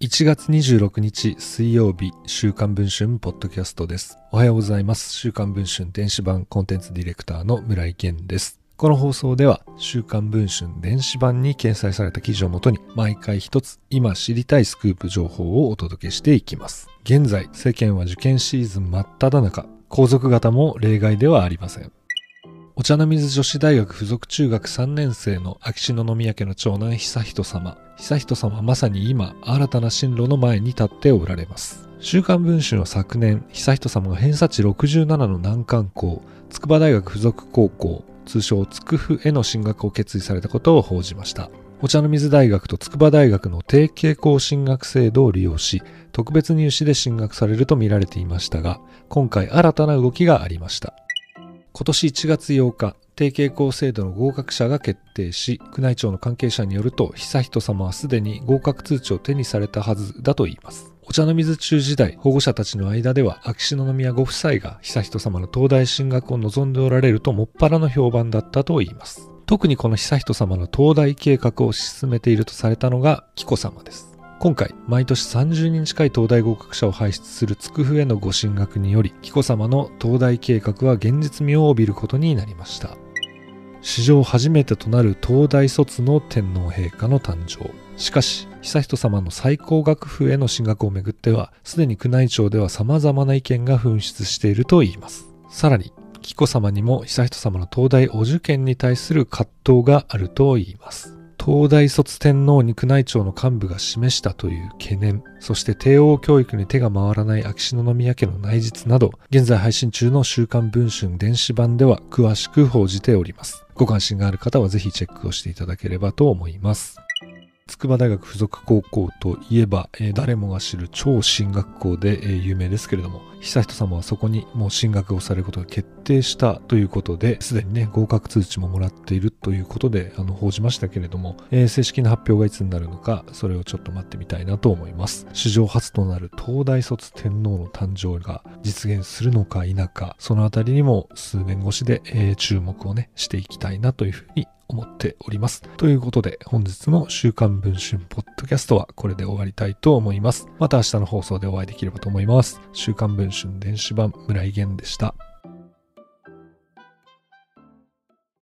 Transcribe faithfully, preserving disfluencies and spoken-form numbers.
いちがつにじゅうろくにち水曜日、週刊文春ポッドキャストです。おはようございます。週刊文春電子版コンテンツディレクターの村井源です。この放送では週刊文春電子版に掲載された記事をもとに毎回一つ今知りたいスクープ情報をお届けしていきます。現在世間は受験シーズン真っ只中、皇族方も例外ではありません。お茶の水女子大学附属中学さんねん生の秋篠宮家の長男悠仁さま。悠仁さまはまさに今新たな進路の前に立っておられます。週刊文春は昨年悠仁さまが偏差値ろくじゅうななの難関校筑波大学附属高校通称筑附への進学を決意されたことを報じました。お茶の水大学と筑波大学の提携校進学制度を利用し特別入試で進学されると見られていましたが、今回新たな動きがありました。今年いちがつようか、提携校制度の合格者が決定し、宮内庁の関係者によると悠仁さまはすでに合格通知を手にされたはずだといいます。お茶の水中時代、保護者たちの間では秋篠宮ご夫妻が悠仁さまの東大進学を望んでおられるともっぱらの評判だったといいます。特にこの悠仁さまの東大計画を推し進めているとされたのが紀子さまです。今回、毎年さんじゅうにん近い東大合格者を輩出する筑附へのご進学により、紀子さまの東大計画は現実味を帯びることになりました。史上初めてとなる東大卒の天皇陛下の誕生。しかし、悠仁さまの最高学府への進学をめぐっては、すでに宮内庁では様々な意見が噴出しているといいます。さらに、紀子さまにも悠仁さまの東大お受験に対する葛藤があるといいます。東大卒天皇に宮内庁の幹部が示したという懸念、そして帝王教育に手が回らない秋篠宮家の内実など、現在配信中の週刊文春電子版では詳しく報じております。ご関心がある方はぜひチェックをしていただければと思います。筑波大学附属高校といえば、えー、誰もが知る超進学校で、えー、有名ですけれども、悠仁さまはそこにもう進学をされることが決定したということで、すでにね、合格通知ももらっているということで、あの、報じましたけれども、えー、正式な発表がいつになるのか、それをちょっと待ってみたいなと思います。史上初となる東大卒天皇の誕生が実現するのか否か、そのあたりにも数年越しで、えー、注目をね、していきたいなというふうに思っております。ということで本日の週刊文春ポッドキャストはこれで終わりたいと思います。また明日の放送でお会いできればと思います。週刊文春電子版村井源でした。